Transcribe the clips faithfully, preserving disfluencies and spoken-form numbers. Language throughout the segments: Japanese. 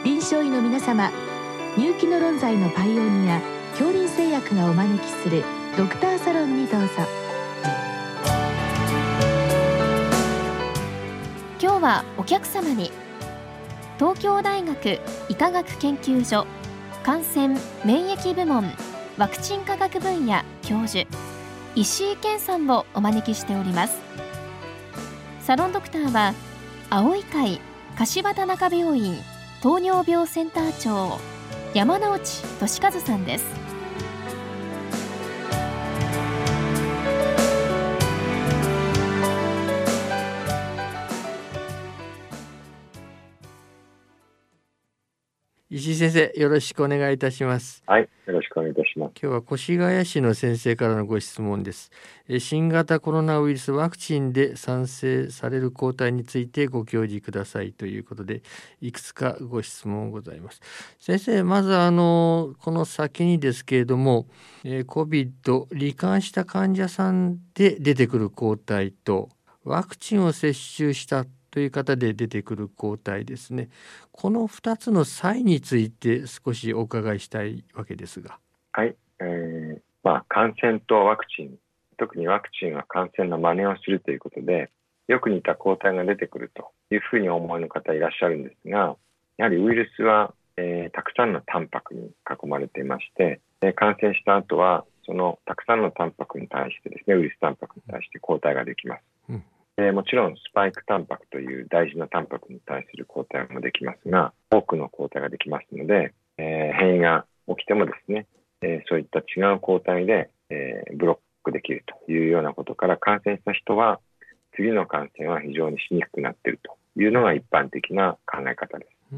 臨床医の皆様、入気の論剤のパイオニア恐林製薬がお招きするドクターサロンにどうぞ。 今日はお客様に東京大学医科学研究所感染免疫部門ワクチン科学分野教授石井健さんをお招きしております。サロンドクターは青い会柏田中病院糖尿病センター長山内俊和さんです。 石井先生、よろしくお願いいたします。 はい、よろしくお願いいたします。 今日は越谷市の先生からのご質問です。新型コロナウイルスワクチンで産生される抗体についてご教示くださいということで、いくつかご質問ございます。先生、まずあのこの先にですけれども、えー、COVID 罹患した患者さんで出てくる抗体とワクチンを接種したという方で出てくる抗体ですね。このふたつの差異について少しお伺いしたいわけですが。 はい、えーまあ、感染とワクチン、特にワクチンは感染の真似をするということで、よく似た抗体が出てくるというふうにお思いの方いらっしゃるんですが、やはりウイルスは、えー、たくさんのタンパクに囲まれていまして、で感染した後はそのたくさんのタンパクに対してですね、ウイルスタンパクに対して抗体ができます。うん、えー、もちろんスパイクタンパクという大事なタンパクに対する抗体もできますが、多くの抗体ができますので、えー、変異が起きてもですね、えー、そういった違う抗体で、えー、ブロックできるというようなことから、感染した人は次の感染は非常にしにくくなっているというのが一般的な考え方です。うん、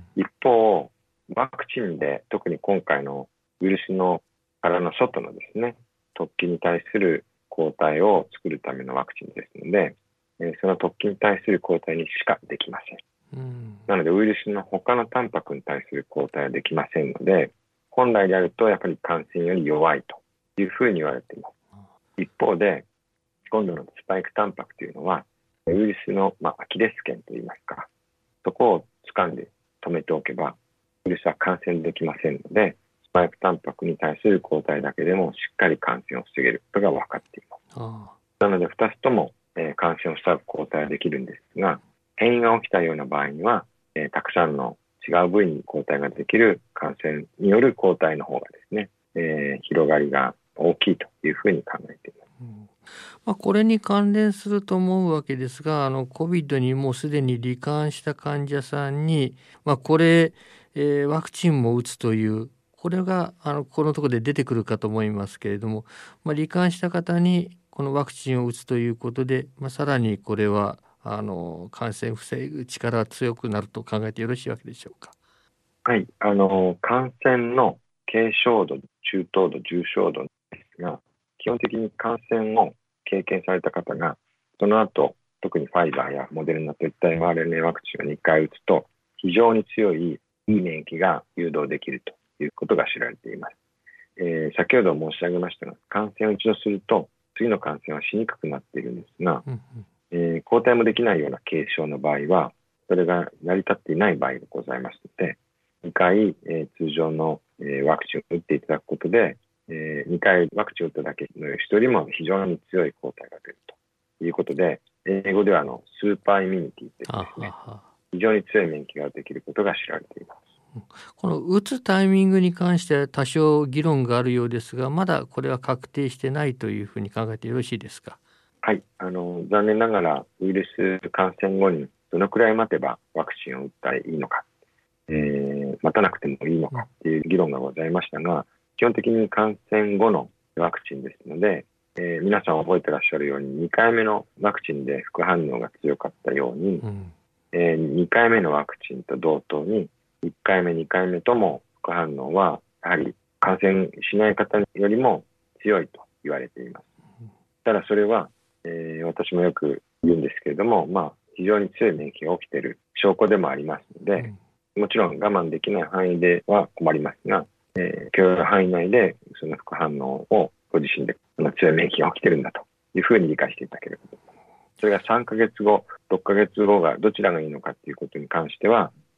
一方、ワクチンで特に今回のウイルスの殻の外のですね、突起に対する抗体を作るためのワクチンですので、その突起に対する抗体にしかできません。うん、なのでウイルスの他のタンパクに対する抗体はできませんので、本来であるとやっぱり感染より弱いというふうに言われています。一方で今度のスパイクタンパクというのはウイルスの、まあ、アキレス腱といいますか、そこを掴んで止めておけばウイルスは感染できませんので、スパイクタンパクに対する抗体だけでもしっかり感染を防げることが分かっています。あなのでふたつともえー、感染を防ぐ抗体はできるんですが、変異が起きたような場合には、えー、たくさんの違う部位に抗体ができる感染による抗体の方がですね、えー、広がりが大きいというふうに考えています。うんまあ、これに関連すると思うわけですが、あの COVID にもうすでに罹患した患者さんに、まあ、これ、えー、ワクチンも打つというこれがあのこのところで出てくるかと思いますけれども、まあ、罹患した方にこのワクチンを打つということで、まあ、さらにこれはあの感染を防ぐ力が強くなると考えてよろしいわけでしょうか。 はい、あの感染の軽症度、中等度、重症度ですが、基本的に感染を経験された方がその後、特にファイザーやモデルナといった エムアールエヌエー ワクチンをにかい打つと非常に強いいい免疫が誘導できるということが知られています。えー、先ほど申し上げましたが、感染を一度すると次の感染はしにくくなっているんですが、うんうんえー、抗体もできないような軽症の場合はそれが成り立っていない場合がございますので、にかい、えー、通常の、えー、ワクチンを打っていただくことで、えー、にかいワクチンを打っただけの人よりも非常に強い抗体が出るということで、英語ではあのスーパーイミュニティというですね、非常に強い免疫ができることが知られています。 この打つタイミングに関しては多少議論があるようですが、まだこれは確定してないというふうに考えてよろしいですか。 はい、あの残念ながらウイルス感染後にどのくらい待てばワクチンを打ったらいいのか、えー、待たなくてもいいのかっていう議論がございましたが、基本的に感染後のワクチンですので、えー、皆さん覚えてらっしゃるようににかいめのワクチンで副反応が強かったように、うんえー、にかいめのワクチンと同等にいっかいめにかいめとも副反応はやはり感染しない方よりも強いと言われています。ただそれは、えー、私もよく言うんですけれども、まあ、非常に強い免疫が起きている証拠でもありますので、もちろん我慢できない範囲では困りますが、えー、許容範囲内でその副反応をご自身でその強い免疫が起きているんだというふうに理解していただければと思います。それがさんかげつご、ろっかげつごがどちらがいいのかということに関しては、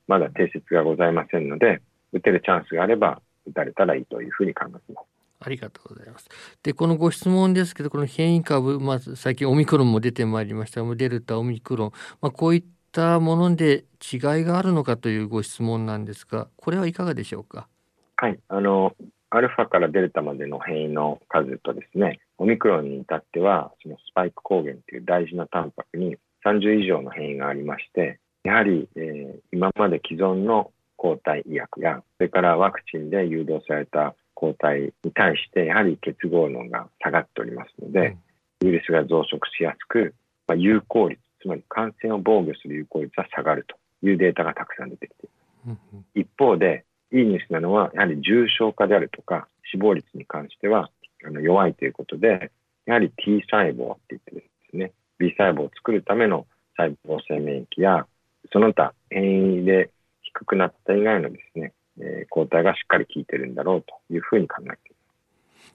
まだ定説がございませんので、打てるチャンスがあれば打たれたらいいというふうに考えています。 ありがとうございます。で、このご質問ですけど、この変異株、まあ、最近オミクロンも出てまいりましたが、デルタ、オミクロン、まあ、こういったもので違いがあるのかというご質問なんですが、これはいかがでしょうか。 はい、あのアルファからデルタまでの変異の数とですね、オミクロンに至っては、そのスパイク抗原という大事なタンパクにさんじゅう以上の変異がありまして、やはり、えー、今まで既存の抗体医薬や、それからワクチンで誘導された抗体に対して、やはり結合能が下がっておりますので、ウイルスが増殖しやすく、まあ、有効率、つまり感染を防御する有効率は下がるというデータがたくさん出てきています。一方で、いいニュースなのは、やはり重症化であるとか、死亡率に関してはあの弱いということで、やはり T 細胞って言ってですね、B 細胞を作るための細胞性免疫や、その他変異で低くなった以外のですね、えー、抗体がしっかり効いてるんだろうというふうに考えています。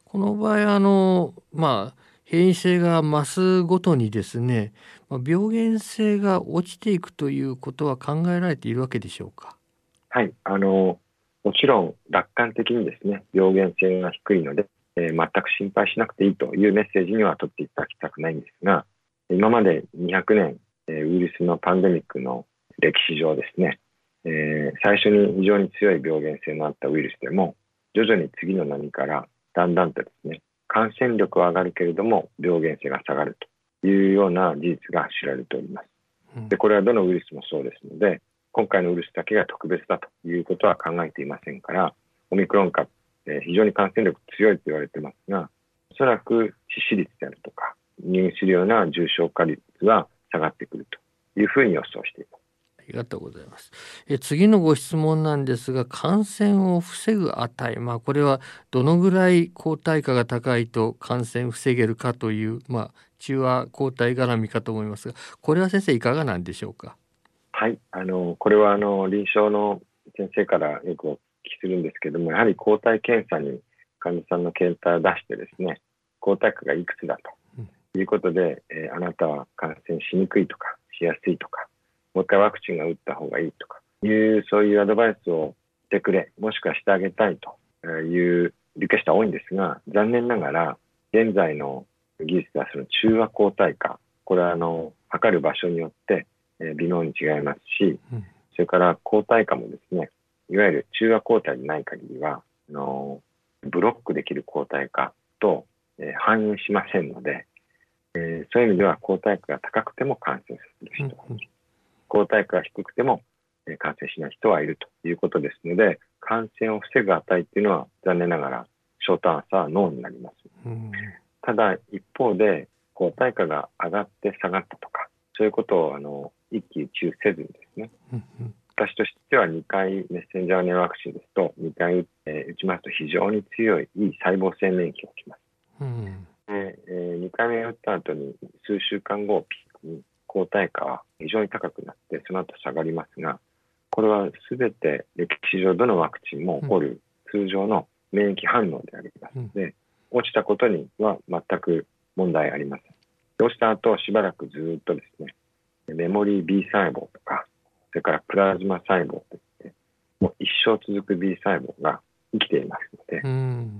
この場合、あの、まあ、変異性が増すごとにですね、病原性が落ちていくということは考えられているわけでしょうか。 はい、あの、もちろん楽観的にですね、病原性が低いので、えー、全く心配しなくていいというメッセージには取っていただきたくないんですが、今までにひゃくねん、えー、ウイルスのパンデミックの歴史上ですね、えー、最初に非常に強い病原性のあったウイルスでも、徐々に次の波からだんだんとですね、感染力は上がるけれども病原性が下がるというような事実が知られております。で、これはどのウイルスもそうですので、今回のウイルスだけが特別だということは考えていませんから、オミクロン株、えー、非常に感染力強いと言われてますが、おそらく致死率であるとか、入院するような重症化率は下がってくるというふうに予想しています。 ありがとうございます。え次のご質問なんですが、感染を防ぐ値、まあ、これはどのぐらい抗体価が高いと感染を防げるかという、まあ、中和抗体絡みかと思いますが、これは先生いかがなんでしょうか。 はい、あのこれはあの臨床の先生からよくお聞きするんですけども、やはり抗体検査に患者さんの検体を出してですね、抗体価がいくつだということで、うんえー、あなたは感染しにくいとかしやすいとか、もう一回ワクチンが打った方がいいとかいうそういうアドバイスをしてくれ、もしくはしてあげたいというリクエストは多いんですが、残念ながら現在の技術ではその中和抗体価、これはあの測る場所によって微妙に違いますし、それから抗体価もですね、いわゆる中和抗体でない限りはあのブロックできる抗体価と、えー、反映しませんので、えー、そういう意味では抗体価が高くても感染する人がいる、抗体価が低くても、えー、感染しない人はいるということですので、感染を防ぐ値というのは残念ながらショートアンサーはノーになります。うん、ただ一方で抗体価が上がって下がったとか、そういうことをあの一喜一憂せずにですね、うんうん、私としてはにかいメッセンジャー アールエヌエー ワクチンですとにかい打って、打ちますと非常に強いいい細胞性免疫が起きます。うん、でえー、にかいめ打った後に数週間後をピークに抗体価は非常に高くなってその後下がりますが、これはすべて歴史上どのワクチンも起こる通常の免疫反応でありますので、うん、落ちたことには全く問題ありません。落ちた後しばらくずっとですね、メモリー B 細胞とか、それからプラズマ細胞といってもう一生続く B 細胞が生きていますので、うん、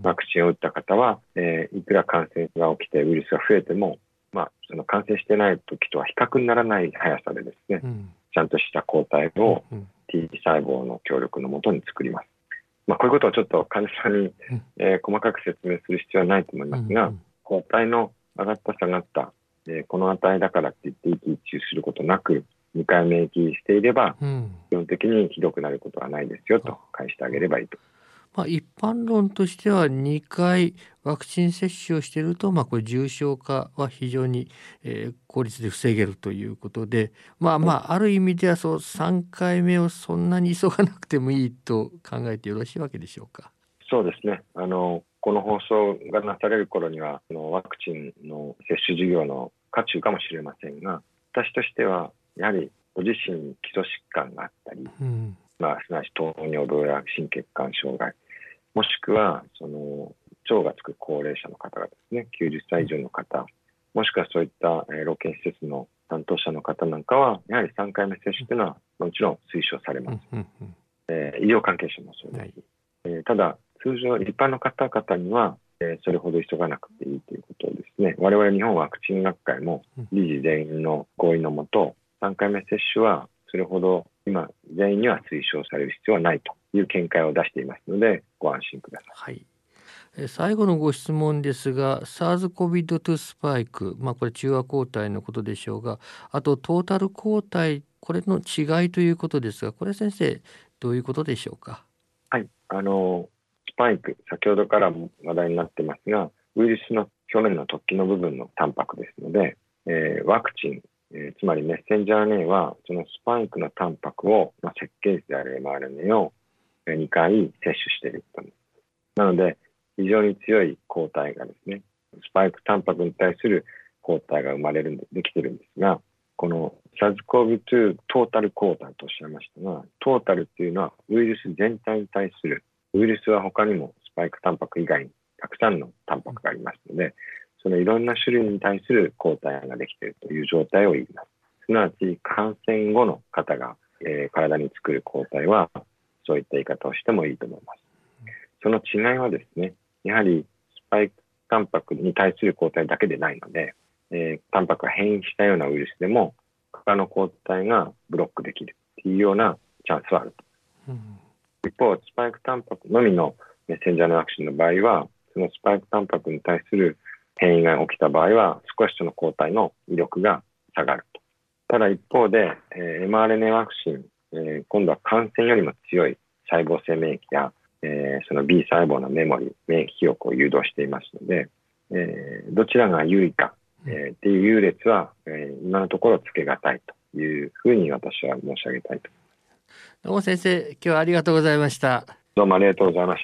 ワクチンを打った方は、えー、いくら感染が起きてウイルスが増えても、まあ、その感染してない時とは比較にならない速さでですね、うん、ちゃんとした抗体を T 細胞の協力のもとに作ります。まあ、こういうことをちょっと患者さんに、えー、細かく説明する必要はないと思いますが、うん、抗体の上がった下がった、えー、この値だからって言って一喜一憂することなくにかい免疫していれば、うん、基本的にひどくなることはないですよと返してあげればいいと。 まあ、一般論としてはにかいワクチン接種をしていると、まあ、これ重症化は非常に、えー、効率で防げるということで、まあまあある意味ではそうさんかいめをそんなに急がなくてもいいと考えてよろしいわけでしょうか。 そうですね。あのこの放送がなされる頃にはのワクチンの接種事業の渦中かもしれませんが、私としてはやはりご自身に基礎疾患があったり、うんまあ、すなわち糖尿病や心血管障害、もしくはその腸がつく高齢者の方がですね、きゅうじゅっさい以上の方、もしくはそういった、えー、老健施設の担当者の方なんかはやはりさんかいめ接種というのはもちろん推奨されます、 うんうんえー、医療関係者もそうです、 はいえー、ただ通常一般の方々には、えー、それほど急がなくていいということですね。我々日本ワクチン学会も理事全員の合意のもとさんかいめ接種はそれほど今全員には推奨される必要はないという見解を出していますのでご安心ください。 はい、え最後のご質問ですが サーズコビッドツー スパイク、まあ、これ中和抗体のことでしょうが、あとトータル抗体、これの違いということですが、これ先生どういうことでしょうか。 はい、あのスパイク、先ほどからも話題になってますが、ウイルスの表面の突起の部分のタンパクですので、えー、ワクチン、えー、つまりメッセンジャー アールエヌエー はそのスパイクのタンパクを、まあ、設計図である エムアールエヌエー をにかい摂取していることです。なので非常に強い抗体がですね、スパイクタンパクに対する抗体が生まれるんで、できてるんですが、この サーズコーブツー トータル抗体とおっしゃいましたが、トータルっていうのはウイルス全体に対する、ウイルスは他にもスパイクタンパク以外にたくさんのタンパクがありますので、そのいろんな種類に対する抗体ができているという状態を言います。すなわち感染後の方が、えー、体に作る抗体はそういった言い方をしてもいいと思います。その違いはですね、やはりスパイクタンパクに対する抗体だけでないので、えー、タンパクが変異したようなウイルスでも他の抗体がブロックできるというようなチャンスはあると、うん、一方スパイクタンパクのみのメッセンジャーのワクチンの場合は、そのスパイクタンパクに対する変異が起きた場合は少しその抗体の威力が下がると。ただ一方で、えー、エムアールエヌエー ワクチン、えー、今度は感染よりも強い細胞性免疫や、えー、その B 細胞のメモリ、免疫記憶を誘導していますので、えー、どちらが優位か、えー、っていう優劣は、えー、今のところつけがたいというふうに私は申し上げたいと。 どうも先生、今日はありがとうございました。 どうもありがとうございました。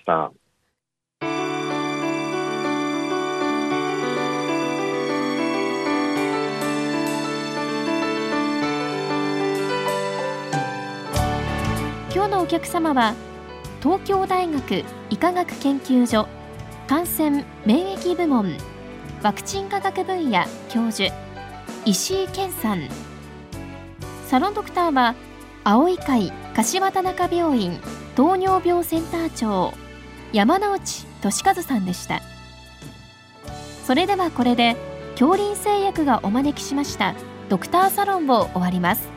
今日のお客様は東京大学医科学研究所感染免疫部門ワクチン科学分野教授石井健さん。サロンドクターは青い会柏田中病院糖尿病センター長山内俊和さんでした。それではこれで杏林製薬がお招きしましたドクターサロンを終わります。